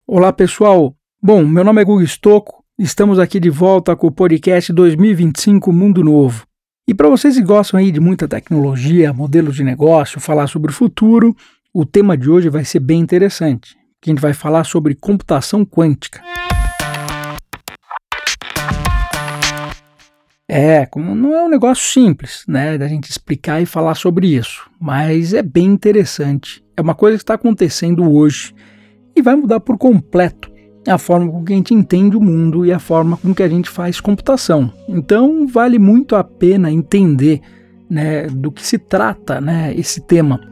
Olá pessoal, bom, meu nome é Guga Stocco, estamos aqui de volta com o podcast 2025 Mundo Novo. E para vocês que gostam aí de muita tecnologia, modelos de negócio, falar sobre o futuro, o tema de hoje vai ser bem interessante, que a gente vai falar sobre computação quântica. Como não é um negócio simples, né, da gente explicar e falar sobre isso, mas é bem interessante, é uma coisa que está acontecendo hoje e vai mudar por completo a forma com que a gente entende o mundo e a forma com que a gente faz computação. Então vale muito a pena entender, né, do que se trata, né, esse tema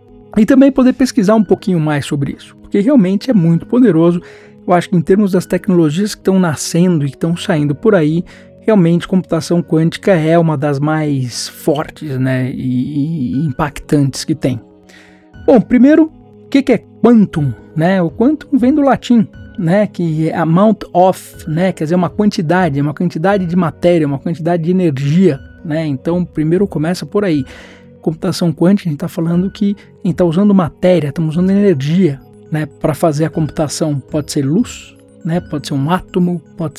e também poder pesquisar um pouquinho mais sobre isso, porque realmente é muito poderoso. Eu acho que em termos das tecnologias que estão nascendo e que estão saindo por aí, realmente computação quântica é uma das mais fortes, né, e impactantes que tem. Bom, primeiro, o que é quantum? Né? O quantum vem do latim, né, que é amount of, né, quer dizer, uma quantidade de matéria, uma quantidade de energia. Né? Então, primeiro começa por aí. Computação quântica, a gente está falando que a gente está usando matéria, estamos usando energia, né, para fazer a computação. Pode ser luz, né, pode ser um átomo, pode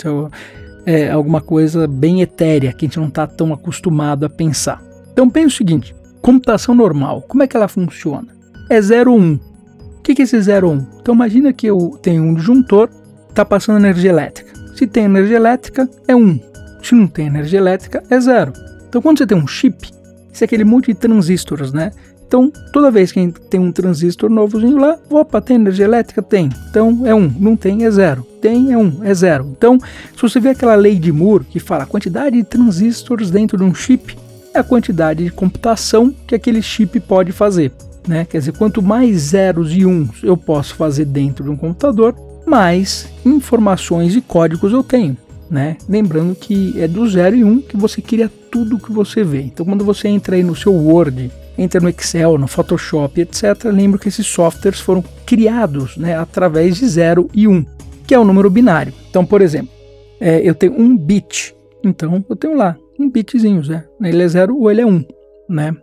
ser alguma coisa bem etérea que a gente não está tão acostumado a pensar. Então pensa o seguinte, computação normal, como é que ela funciona? É 0 ou 1. O que é esse 0 ou 1? Então imagina que eu tenho um disjuntor, está passando energia elétrica. Se tem energia elétrica, é 1. Se não tem energia elétrica, é 0. Então quando você tem um chip, isso é aquele monte de transistores, né? Então toda vez que a gente tem um transistor novozinho lá, opa, tem energia elétrica? Tem. Então é 1. Não tem, é 0. Tem, é 1, é 0. Então, se você vê aquela lei de Moore que fala a quantidade de transistores dentro de um chip, é a quantidade de computação que aquele chip pode fazer. Né? Quer dizer, quanto mais zeros e uns eu posso fazer dentro de um computador, mais informações e códigos eu tenho. Né? Lembrando que é do 0 e 1 que você cria tudo que você vê. Então, quando você entra aí no seu Word, entra no Excel, no Photoshop, etc., lembra que esses softwares foram criados, né, através de 0 e 1, que é o número binário. Então, por exemplo, eu tenho um bit, então eu tenho lá um bitzinho, né? Ele é 0 ou ele é 1, né?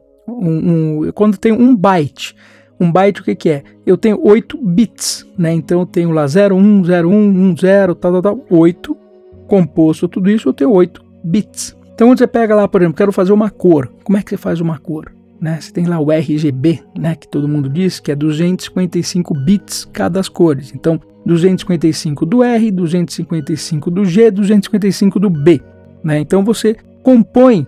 Quando tem um byte o que é? Eu tenho 8 bits, né? Então eu tenho lá 01, 01, 10, tal, 8, composto tudo isso, eu tenho 8 bits. Então quando você pega lá, por exemplo, quero fazer uma cor, como é que você faz uma cor? Né? Você tem lá o RGB, né, que todo mundo diz que é 255 bits cada as cores. Então 255 do R, 255 do G, 255 do B. Né? Então você compõe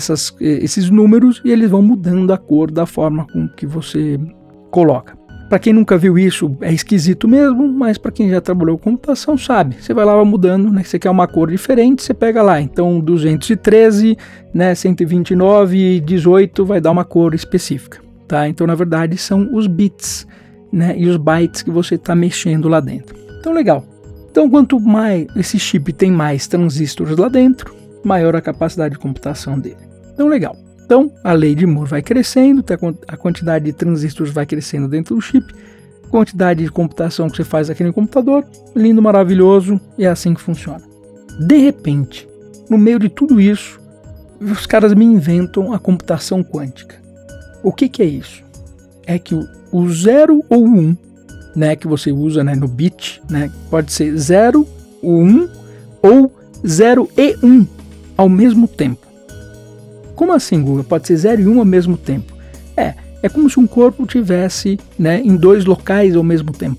esses números e eles vão mudando a cor da forma com que você coloca. Para quem nunca viu isso, é esquisito mesmo, mas para quem já trabalhou com computação sabe. Você vai lá mudando, né? Você quer uma cor diferente, você pega lá. Então 213, né, 129 e 18 vai dar uma cor específica. Tá? Então na verdade são os bits, né, e os bytes que você está mexendo lá dentro. Então legal. Então quanto mais esse chip tem mais transistores lá dentro, maior a capacidade de computação dele. Então legal. Então a lei de Moore vai crescendo, a quantidade de transistores vai crescendo dentro do chip, a quantidade de computação que você faz aqui no computador, lindo, maravilhoso, e é assim que funciona. De repente, no meio de tudo isso, os caras me inventam a computação quântica. O que é isso? É que o 0 ou 1, né, que você usa, né, no bit, né, pode ser 0, o 1 ou 0 e 1 ao mesmo tempo. Como assim, Guga? Pode ser 0 e 1 ao mesmo tempo? É como se um corpo tivesse, né, em dois locais ao mesmo tempo.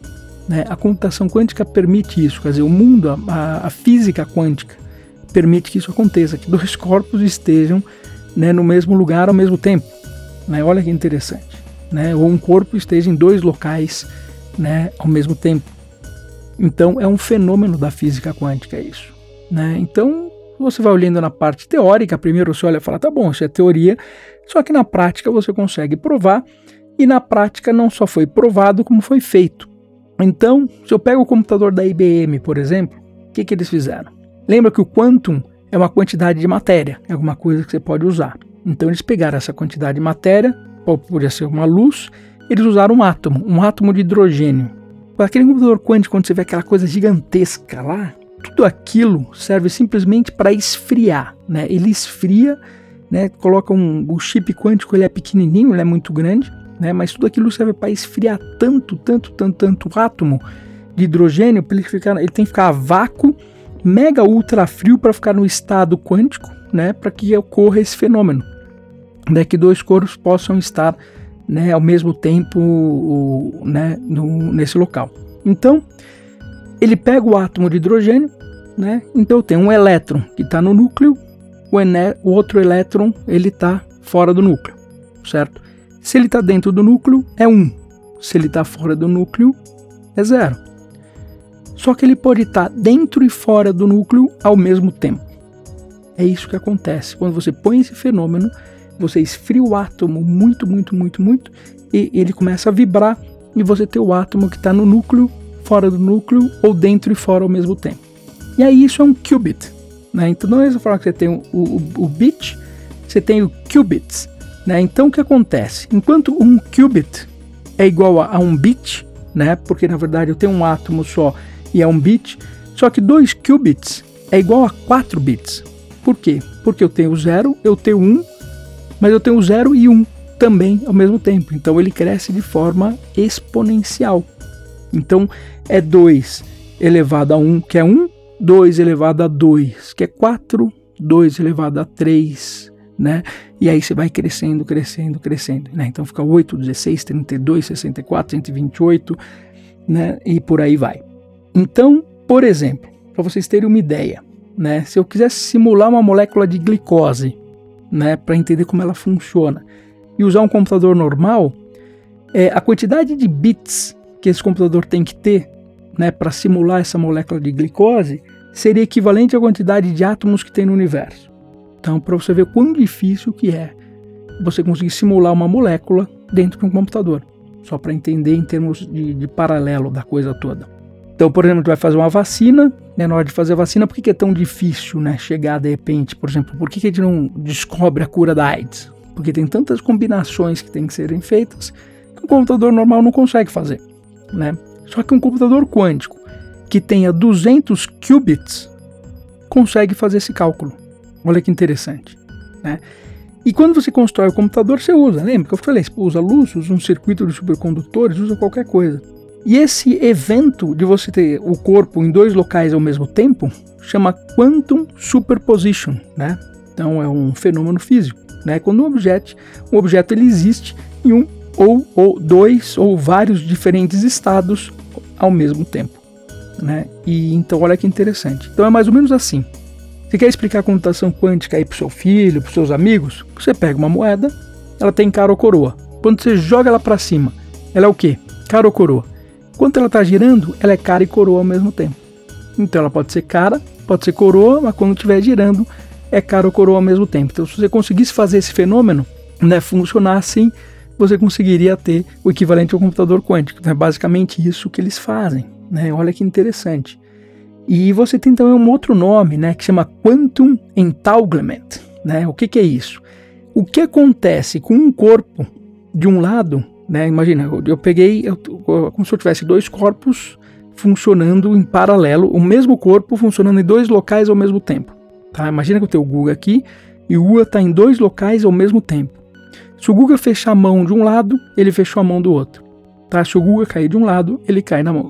Né? A computação quântica permite isso, quer dizer, o mundo, a física quântica permite que isso aconteça, que dois corpos estejam, né, no mesmo lugar ao mesmo tempo. Né? Olha que interessante. Né? Ou um corpo esteja em dois locais, né, ao mesmo tempo. Então é um fenômeno da física quântica isso. Né? Então você vai olhando na parte teórica, primeiro você olha e fala, tá bom, isso é teoria, só que na prática você consegue provar, e na prática não só foi provado, como foi feito. Então, se eu pego o computador da IBM, por exemplo, o que eles fizeram? Lembra que o quantum é uma quantidade de matéria, é alguma coisa que você pode usar. Então eles pegaram essa quantidade de matéria, poderia ser uma luz, eles usaram um átomo de hidrogênio. Para aquele computador quântico, quando você vê aquela coisa gigantesca lá, tudo aquilo serve simplesmente para esfriar, né? Ele esfria, né? Coloca o chip quântico, ele é pequenininho, ele é muito grande, né? Mas tudo aquilo serve para esfriar tanto átomo, de hidrogênio, ele tem que ficar a vácuo, mega ultra frio para ficar no estado quântico, né, para que ocorra esse fenômeno, né, que dois corpos possam estar, né, ao mesmo tempo, né, nesse local. Então, ele pega o átomo de hidrogênio, né, então tem um elétron que está no núcleo, o outro elétron ele está fora do núcleo, certo? Se ele está dentro do núcleo, é 1. Se ele está fora do núcleo, é 0. Só que ele pode estar dentro e fora do núcleo ao mesmo tempo. É isso que acontece. Quando você põe esse fenômeno, você esfria o átomo muito, e ele começa a vibrar, e você tem o átomo que está no núcleo, fora do núcleo, ou dentro e fora ao mesmo tempo. E aí isso é um qubit, né? Então não é só falar que você tem o bit, você tem o qubits, né? Então o que acontece? Enquanto um qubit é igual a um bit, né? Porque na verdade eu tenho um átomo só e é um bit, só que 2 qubits é igual a 4 bits. Por quê? Porque eu tenho 0, eu tenho 1, mas eu tenho 0 e 1 também ao mesmo tempo. Então ele cresce de forma exponencial. Então é 2 elevado a 1, que é 1, 2 elevado a 2, que é 4, 2 elevado a 3, né? E aí você vai crescendo, né? Então fica 8, 16, 32, 64, 128, né? E por aí vai. Então, por exemplo, para vocês terem uma ideia, né? Se eu quisesse simular uma molécula de glicose, né? Para entender como ela funciona, e usar um computador normal, a quantidade de bits que esse computador tem que ter, né, para simular essa molécula de glicose, seria equivalente à quantidade de átomos que tem no universo. Então, para você ver quão difícil que é você conseguir simular uma molécula dentro de um computador, só para entender em termos de paralelo da coisa toda. Então, por exemplo, tu vai fazer uma vacina, né, na hora de fazer a vacina, por que é tão difícil, né, chegar de repente, por exemplo, por que a gente não descobre a cura da AIDS? Porque tem tantas combinações que tem que serem feitas que um computador normal não consegue fazer, né? Só que um computador quântico que tenha 200 qubits consegue fazer esse cálculo. Olha que interessante, né? E quando você constrói o computador, você usa, lembra que eu falei, você usa luz, usa um circuito de supercondutores, usa qualquer coisa. E esse evento de você ter o corpo em 2 locais ao mesmo tempo chama Quantum Superposition, né? Então é um fenômeno físico, né? Quando um objeto ele existe em um ou 2 ou vários diferentes estados ao mesmo tempo, né? E então olha que interessante. Então é mais ou menos assim. Você quer explicar a computação quântica aí para o seu filho, para os seus amigos? Você pega uma moeda, ela tem cara ou coroa. Quando você joga ela para cima, ela é o quê? Cara ou coroa. Enquanto ela está girando, ela é cara e coroa ao mesmo tempo. Então ela pode ser cara, pode ser coroa, mas quando estiver girando, é cara ou coroa ao mesmo tempo. Então se você conseguisse fazer esse fenômeno, né, funcionar assim, você conseguiria ter o equivalente ao computador quântico. Então é basicamente isso que eles fazem, né? Olha que interessante. E você tem também um outro nome, né, que chama Quantum Entanglement, né? O que é isso? O que acontece com um corpo de um lado, né? Imagina, eu peguei como se eu tivesse 2 corpos funcionando em paralelo, o mesmo corpo funcionando em 2 locais ao mesmo tempo. Tá? Imagina que eu tenho o Guga aqui e o Guga está em 2 locais ao mesmo tempo. Se o Guga fechar a mão de um lado, ele fechou a mão do outro. Tá? Se o Guga cair de um lado, ele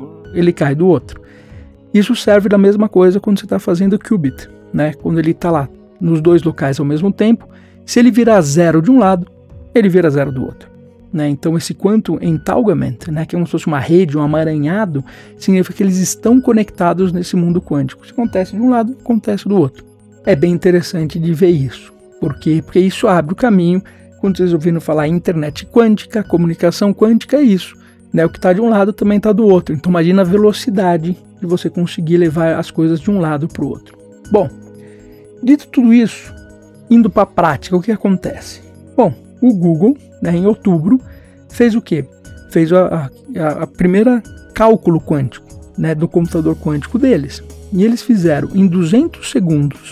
cai do outro. Isso serve da mesma coisa quando você está fazendo o qubit, né? Quando ele está lá nos 2 locais ao mesmo tempo, se ele virar 0 de um lado, ele vira 0 do outro, né? Então esse quantum entanglement, né, que é como se fosse uma rede, um amaranhado, significa que eles estão conectados nesse mundo quântico. Se acontece de um lado, acontece do outro. É bem interessante de ver isso. Por quê? Porque isso abre o caminho. Quando vocês ouviram falar em internet quântica, comunicação quântica, é isso, né? O que está de um lado também está do outro. Então imagina a velocidade de você conseguir levar as coisas de um lado para o outro. Bom, dito tudo isso, indo para a prática, o que acontece? Bom, o Google, né, em outubro, fez o quê? Fez a primeira cálculo quântico, né, do computador quântico deles. E eles fizeram em 200 segundos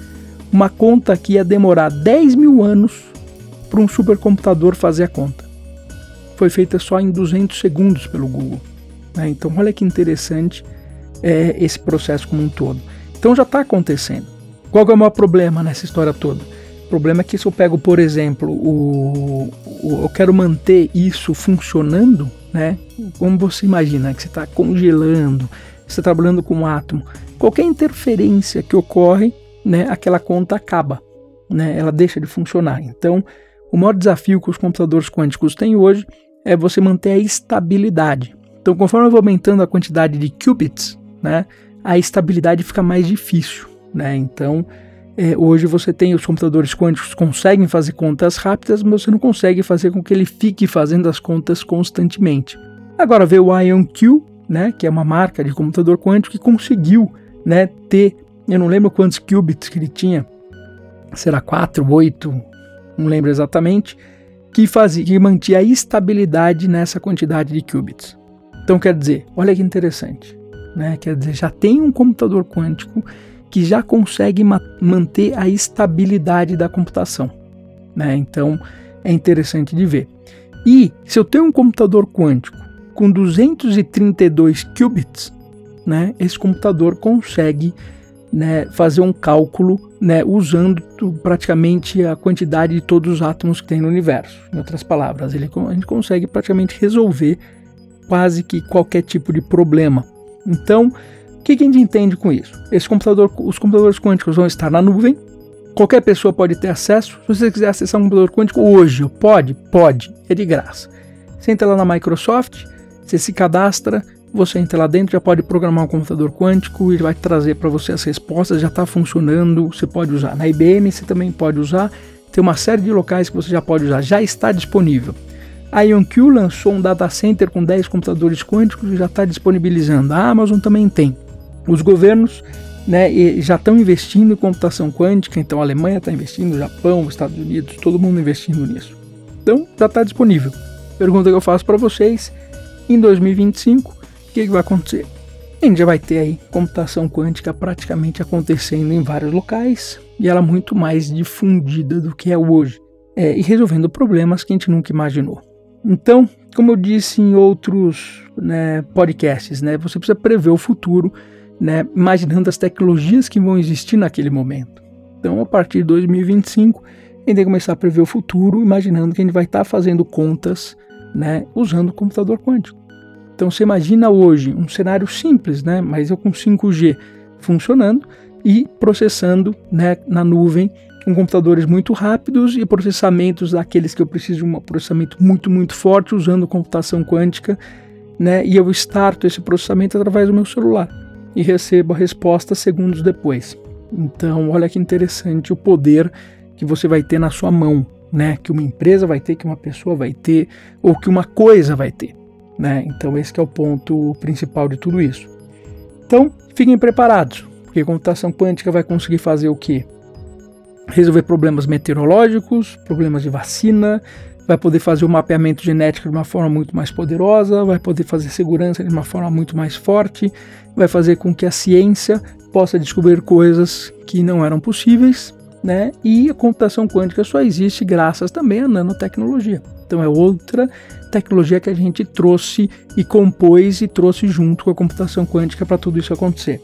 uma conta que ia demorar 10 mil anos para um supercomputador fazer a conta. Foi feita só em 200 segundos pelo Google, né? Então olha que interessante esse processo como um todo. Então já está acontecendo. Qual que é o maior problema nessa história toda? O problema é que se eu pego, por exemplo, eu quero manter isso funcionando, né? Como você imagina que você está congelando, você está trabalhando com um átomo, qualquer interferência que ocorre, né, aquela conta acaba, né? Ela deixa de funcionar. Então, o maior desafio que os computadores quânticos têm hoje é você manter a estabilidade. Então, conforme eu vou aumentando a quantidade de qubits, né, a estabilidade fica mais difícil, né? Então, hoje você tem os computadores quânticos que conseguem fazer contas rápidas, mas você não consegue fazer com que ele fique fazendo as contas constantemente. Agora veio o IonQ, né, que é uma marca de computador quântico que conseguiu, né, ter, eu não lembro quantos qubits que ele tinha, será 4, 8, não lembro exatamente, que mantinha a estabilidade nessa quantidade de qubits. Então quer dizer, olha que interessante, né, quer dizer, já tem um computador quântico que já consegue manter a estabilidade da computação, né? Então é interessante de ver. E se eu tenho um computador quântico com 232 qubits, né, esse computador consegue, né, fazer um cálculo, né, usando praticamente a quantidade de todos os átomos que tem no universo. Em outras palavras, a gente consegue praticamente resolver quase que qualquer tipo de problema. Então, o que a gente entende com isso? Os computadores quânticos vão estar na nuvem, qualquer pessoa pode ter acesso. Se você quiser acessar um computador quântico hoje, pode, é de graça. Você entra lá na Microsoft, você se cadastra, você entra lá dentro, já pode programar um computador quântico, ele vai trazer para você as respostas, já está funcionando, você pode usar. Na IBM você também pode usar, tem uma série de locais que você já pode usar, já está disponível. A IonQ lançou um data center com 10 computadores quânticos e já está disponibilizando. A Amazon também tem. Os governos, né, já estão investindo em computação quântica, então a Alemanha está investindo, o Japão, os Estados Unidos, todo mundo investindo nisso. Então já está disponível. Pergunta que eu faço para vocês, em 2025, o que vai acontecer? A gente já vai ter aí computação quântica praticamente acontecendo em vários locais e ela muito mais difundida do que é hoje, e resolvendo problemas que a gente nunca imaginou. Então, como eu disse em outros, né, podcasts, né, você precisa prever o futuro, né, imaginando as tecnologias que vão existir naquele momento. Então, a partir de 2025, a gente tem que começar a prever o futuro, imaginando que a gente vai estar fazendo contas, né, usando o computador quântico. Então, você imagina hoje um cenário simples, né, mas eu com 5G funcionando e processando, né, na nuvem, com computadores muito rápidos e processamentos daqueles que eu preciso de um processamento muito, muito forte, usando computação quântica, né, e eu starto esse processamento através do meu celular e recebo a resposta segundos depois. Então, olha que interessante o poder que você vai ter na sua mão, né? Que uma empresa vai ter, que uma pessoa vai ter, ou que uma coisa vai ter, né? Então, esse que é o ponto principal de tudo isso. Então, fiquem preparados, porque a computação quântica vai conseguir fazer o quê? Resolver problemas meteorológicos, problemas de vacina, vai poder fazer o mapeamento genético de uma forma muito mais poderosa, vai poder fazer segurança de uma forma muito mais forte, vai fazer com que a ciência possa descobrir coisas que não eram possíveis, né? E a computação quântica só existe graças também à nanotecnologia. Então é outra tecnologia que a gente trouxe e compôs e trouxe junto com a computação quântica para tudo isso acontecer.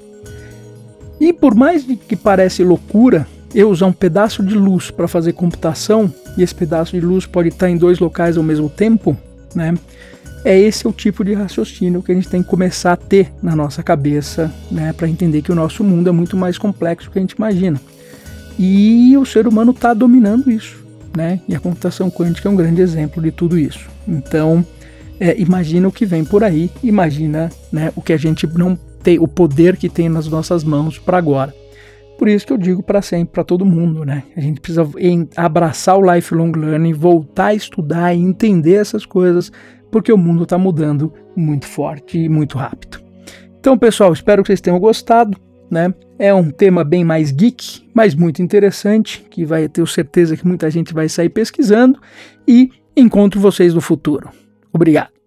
E por mais que pareça loucura, eu usar um pedaço de luz para fazer computação, e esse pedaço de luz pode estar em 2 locais ao mesmo tempo, né? Esse é o tipo de raciocínio que a gente tem que começar a ter na nossa cabeça, né? Para entender que o nosso mundo é muito mais complexo do que a gente imagina. E o ser humano está dominando isso, né? E a computação quântica é um grande exemplo de tudo isso. Então, imagina o que vem por aí, imagina, né, o que a gente não tem, o poder que tem nas nossas mãos para agora. Por isso que eu digo para sempre, para todo mundo, né? A gente precisa abraçar o lifelong learning, voltar a estudar e entender essas coisas, porque o mundo está mudando muito forte e muito rápido. Então, pessoal, espero que vocês tenham gostado, né? É um tema bem mais geek, mas muito interessante, que vai ter certeza que muita gente vai sair pesquisando, e encontro vocês no futuro. Obrigado.